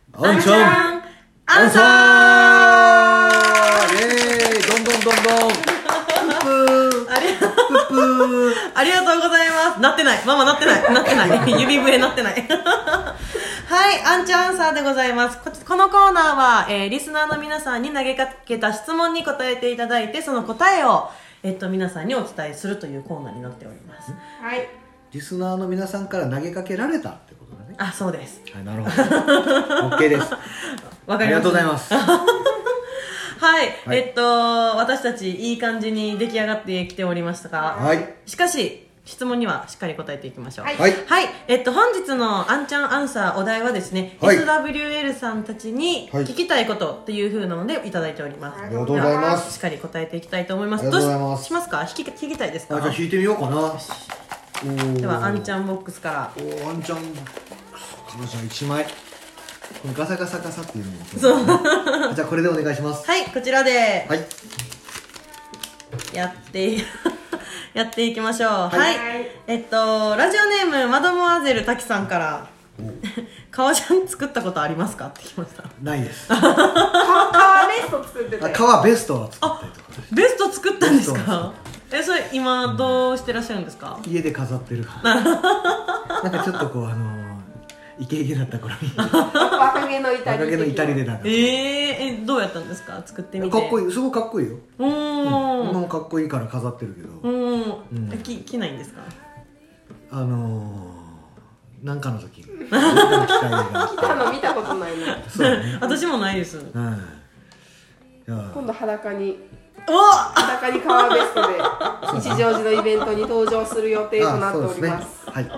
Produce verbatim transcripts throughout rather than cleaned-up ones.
あんちゃんアンサーイエーイどんどんどんどんプップーありプップーありがとうございます。なってない。ママなってない。なってない。指笛なってない。はい、アンチャンアンサーでございます。こ, このコーナーは、えー、リスナーの皆さんに投げかけた質問に答えていただいて、その答えを、えっと、皆さんにお伝えするというコーナーになっております。はい。 リスナーの皆さんから投げかけられたってことだね。 あ、そうです。 はい、なるほど。OK です。 わかりました。 ありがとうございます。 はい、 はい、 えっと、私たちいい感じに出来上がってきておりましたが、 はい、 しかし、質問にはしっかり答えていきましょう。 はい。 はい。えっと、本日のアンチャンアンサーお題はですね、はい、エスダブリューエル さんたちに聞きたいことっていう風なのでいただいております。 ありがとうございます。 しっかり答えていきたいと思います。 ありがとうございます。 どうしますか？弾き、弾きたいですか？ あ、じゃあ弾いてみようかな。 では、アンチャンボックスから。 おー、アンチャンボックスからじゃあいちまい。このガサガサガサっていうのもそう。 じゃあこれでお願いします。 はい、こちらで。 はい。 やってやっていきましょう。はい、 はい、 えっとラジオネームマドモアゼル滝さんから革ジャン作ったことありますかって聞きました。 ないです。 革ベスト作ってた。 革ベストは作ったりとか。 ベスト作ったんですか？え、それ今どうしてらっしゃるんですか？ 家で飾ってるから。なんかちょっとこうあのー、イケイケだった頃に若気の至り若気の至りでなんかえー、えどうやったんですか？作ってみて。 かっこいい、すごくかっこいいよ。 うん、 今もかっこいいから飾ってるけど。 うん、うん、き着ないんですか？ あのー、なんかの時着たの見たことないな。 そうね。 私もないです。 うん。 今度裸にお裸に革ベストで吉祥寺のイベントに登場する予定となっております。 はい。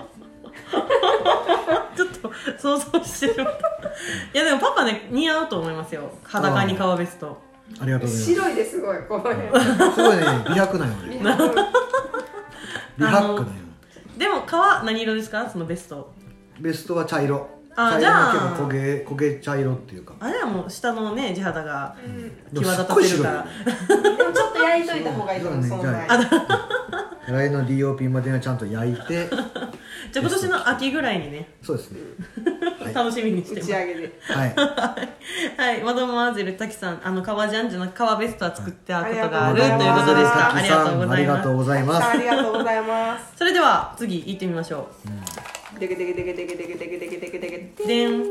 ちょっと想像してる。いやでもパパね似合うと思いますよ。裸に革ベスト。 ありがとうございます。 白いですごいこの辺。 すごいね、美白なよね。美白なよ。 でも革何色ですか？そのベスト。 ベストは茶色。 あ、じゃあ焦げ焦げ茶色っていうか。 あれはもう下のね地肌が際立たせるから。 でもちょっと焼いといた方がいいと思う。そんな。 来の ディーオーピー まではちゃんと焼いて。 じゃあ今年の秋ぐらいにね。 そうですね。 楽しみにしてます。打ち上げで。 はい。 はい、マドモアゼル滝さん、あの革ジャンジの革ベストは作ったことがあるということでした。ありがとうございます。 ありがとうございます。 ありがとうございます。 それでは次行ってみましょう。でけでけでけでけでけでけでけでけでけでん。はい。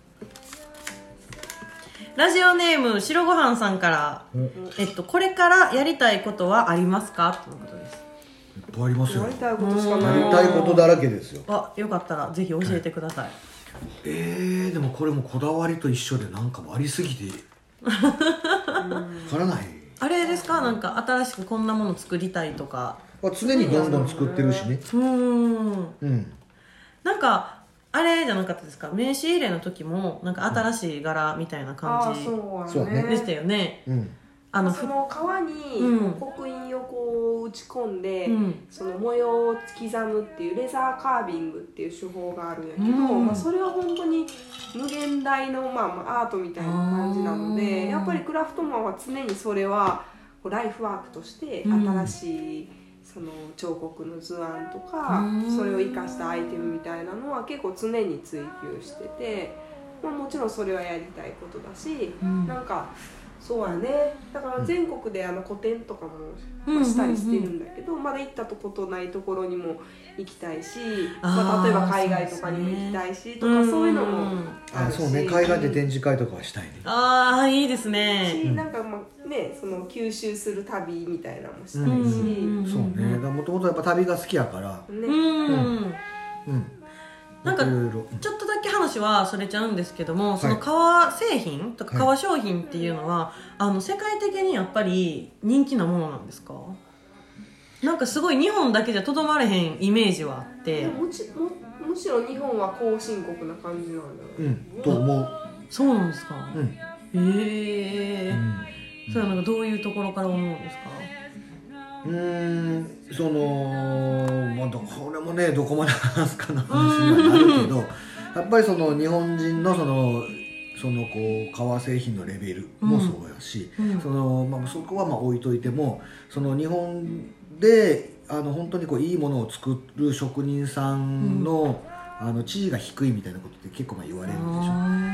ラジオネーム白ごはんさんから、えっとこれからやりたいことはありますかということです。 いっぱいありますよ。 やりたいことしかない。 やりたいことだらけですよ。 あ、よかったらぜひ教えてください。 えー、でもこれもこだわりと一緒でなんかありすぎてわからない。 あれですか？なんか新しくこんなもの作りたいとか。 常にどんどん作ってるしね。 うん。 うん。 なんかあれじゃなかったですか？名刺入れの時もなんか新しい柄みたいな感じでしたよね。 うん。 あのその革に刻印をこう打ち込んで、うん、その模様を刻むっていうレザーカービングっていう手法があるんやけど、うん、まあ、それは本当に無限大の、まあ、まあアートみたいな感じなので、やっぱりクラフトマンは常にそれはこうライフワークとして新しいその彫刻の図案とか、うん、それを生かしたアイテムみたいなのは結構常に追求してて、まあ、もちろんそれはやりたいことだし、うん、なんかそうやね。だから全国であの個展とかもしたりしてるんだけど、うんうんうん、まだ行ったことないところにも行きたいし、まあ、例えば海外とかにも行きたいしとか、そう、ね、そういうのもあるし、 あ、そうね、海外で展示会とかはしたいね。 ああ、いいですね。 なんかまあね、その吸収する旅みたいなのもしたいし、 うん、そうね。もともとやっぱ旅が好きやから。ね、 うん、うんうんなんかちょっとだけ話はそれちゃうんですけども、はい、その革製品とか革商品っていうのは、はい、あの世界的にやっぱり人気なものなんですか？なんかすごい日本だけじゃとどまれへんイメージはあって、 もちもむしろ日本は後進国な感じなんだろう、 うん、と思う。 そうなんですか？ うん、 へえ、うん、それはなんかどういうところから思うんですか？ うーん、その、まあ、これもねどこまで話すかの話にはなるけど、やっぱりその日本人のそのそのこう革製品のレベルもそうやし、うんうん、そのまあ、そこはまあ置いといても、その日本であの本当にこういいものを作る職人さんの、うん、あの地位が低いみたいなことって結構まあ言われるでしょ。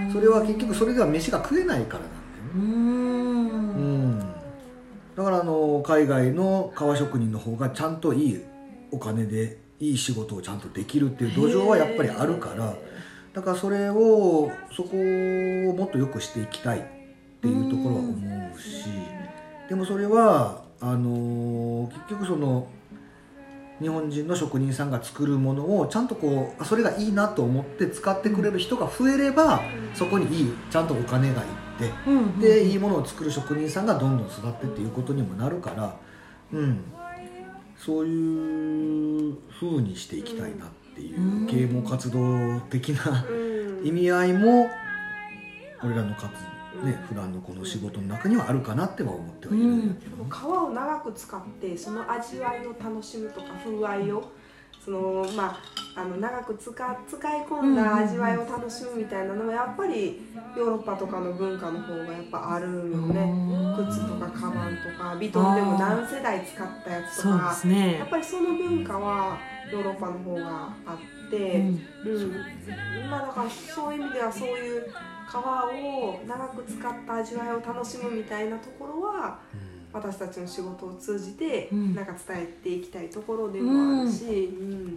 それは結局それでは飯が食えないからなんだよね。うんうんだからあの海外の革職人の方がちゃんといいお金でいい仕事をちゃんとできるっていう土壌はやっぱりあるから、だからそれをそこをもっと良くしていきたいっていうところは思うし、でもそれはあの結局その日本人の職人さんが作るものをちゃんとこうそれがいいなと思って使ってくれる人が増えれば、そこにいいちゃんとお金がいって、うんうん、でいいものを作る職人さんがどんどん育ってっていうことにもなるから、うん、そういう風にしていきたいなっていう啓蒙活動的な意味合いも俺らの活動ね、普段のこの仕事の中にはあるかなっては思ってはいるんだけど、 うん、皮を長く使ってその味わいを楽しむとか風合いをその、まあ、あの長く使, 使い込んだ味わいを楽しむみたいなのはやっぱりヨーロッパとかの文化の方がやっぱあるよね。靴とかカバンとかヴィトンでも何世代使ったやつとか、ね、やっぱりその文化はヨーロッパの方があって、うんうんまあ、だからそういう意味ではそういう皮を長く使った味わいを楽しむみたいなところは、うん、私たちの仕事を通じてなんか伝えていきたいところでもあるし、うんうん、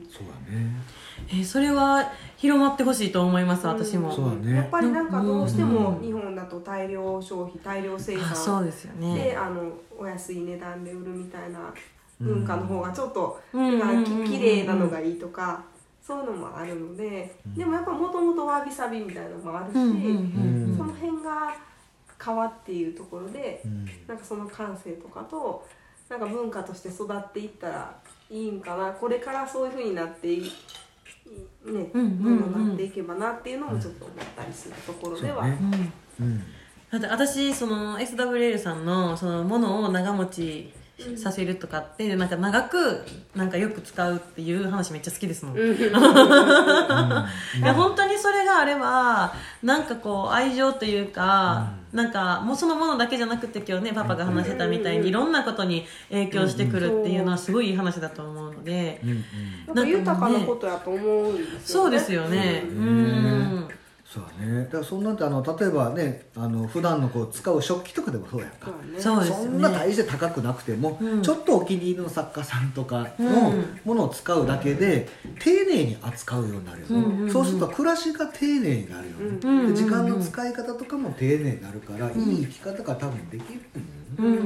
そうだね、 えー、それは広まってほしいと思います、私も、 そうだね、 やっぱりなんかどうしても日本だと大量消費大量生産そうですよね、 であのお安い値段で売るみたいな文化の方がちょっとなんか綺麗なのがいいとかそういうのもあるので、でもやっぱもともとわびさびみたいなのもあるし、うんうんうんうん、その辺が川っていうところで、うん、なんかその感性とかとなんか文化として育っていったらいいんかな、これからそういう風になっていね、うんうんうん、なっていけばなっていうのもちょっと思ったりするところでは、ねうんうん、だって私その エスダブリューエル さんのそのものを長持ちさせるとかってなんか長くなんかよく使うっていう話めっちゃ好きですもん、うん、いや本当にそれがあればなんかこう愛情というか、うん、なんかもうそのものだけじゃなくて今日ねパパが話してたみたいにいろんなことに影響してくるっていうのはすごいいい話だと思うので、うんうん、 なんか豊かなことやと思うんですよね。 そうですよね、うん、うんそうだね、だからそんなんてあの例えばねあの普段のこう使う食器とかでもそうやんか、 そうですよね、 そんな大して高くなくても、うん、ちょっとお気に入りの作家さんとかのものを使うだけで、うん、丁寧に扱うようになるよね、うんうんうん、そうすると暮らしが丁寧になるよね、うんうんうん、で時間の使い方とかも丁寧になるから、うん、いい生き方が多分できるっていう、うんうんうんうん、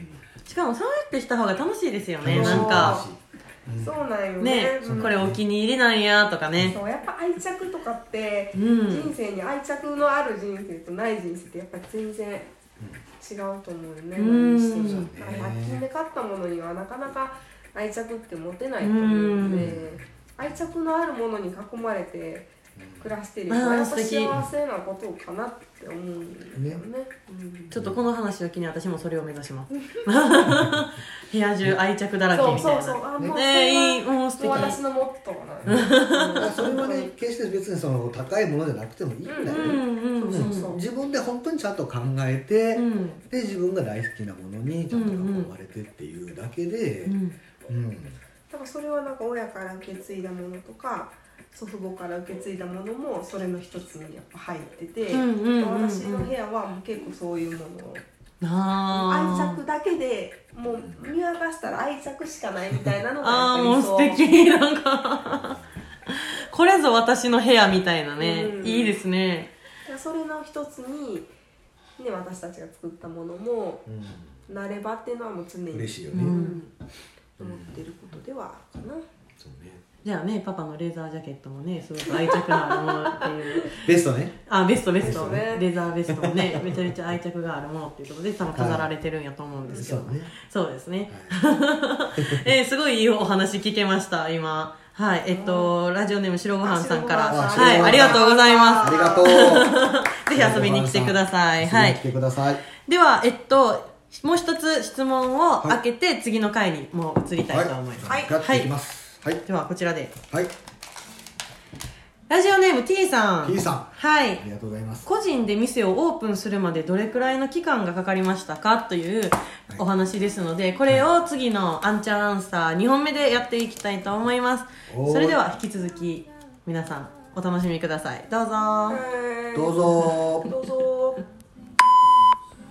しかもそうやってした方が楽しいですよね、なんかうん、そうなんよね、 ね、うん、これお気に入りなんやとかね、 そうやっぱ愛着とかって、うん、人生に愛着のある人生とない人生ってやっぱり全然違うと思うよね、うん、ひゃく均で買ったものにはなかなか愛着って持てないと思うので、うん、愛着のあるものに囲まれて暮らしてる人はやっぱ幸せなことかなって思うんだよね、ね、 うん、ちょっとこの話を機に私もそれを目指します部屋中愛着だらけみたいな、そうそうそう、あ、もう、 ね、いい、もう素敵、私のモットーなんそれはね決して別にその高いものじゃなくてもいいんだよね、自分で本当にちゃんと考えて、うん、で自分が大好きなものにちゃんと囲まれてっていうだけで、うんうん、 だからそれはなんか親から受け継いだものとか祖父母から受け継いだものもそれの一つにやっぱ入ってて、うんうんうんうん、私の部屋はもう結構そういうものを愛着だけでもう見渡したら愛着しかないみたいなのがやっぱりそう、 あーもう素敵、なんかこれぞ私の部屋みたいなね、うん、いいですね。 それの一つに、ね、私たちが作ったものもなればっていうのはもう常に嬉しいよね、うん、 思ってることではあるかな、 そうね。 じゃあね、パパのレザージャケットもね、すごく愛着のあるものっていうベストね、 あ、ベストベスト、ね、レザーベストもねめちゃめちゃ愛着があるものっていうことで多分飾られてるんやと思うんですけど、はい、そうですね、はい、えー、すごいいいお話聞けました今。はい、えっとラジオネーム白ごはんさんから、はい、ありがとうございます。 ありがとうぜひ遊びに来てください。はい、 来てください。 では、えっともう一つ質問を開けて、はい、次の回にもう移りたいと思います。 はい、はい、はい、いきます。はい、 ではこちらで、 はい、 ラジオネーム T さん T さん、 はい、 ありがとうございます。 個人で店をオープンするまでどれくらいの期間がかかりましたかというお話ですので、これを次のアンチャンアンサーにほんめでやっていきたいと思います。それでは引き続き皆さんお楽しみください。どうぞ。 はいどうぞ。 どうぞ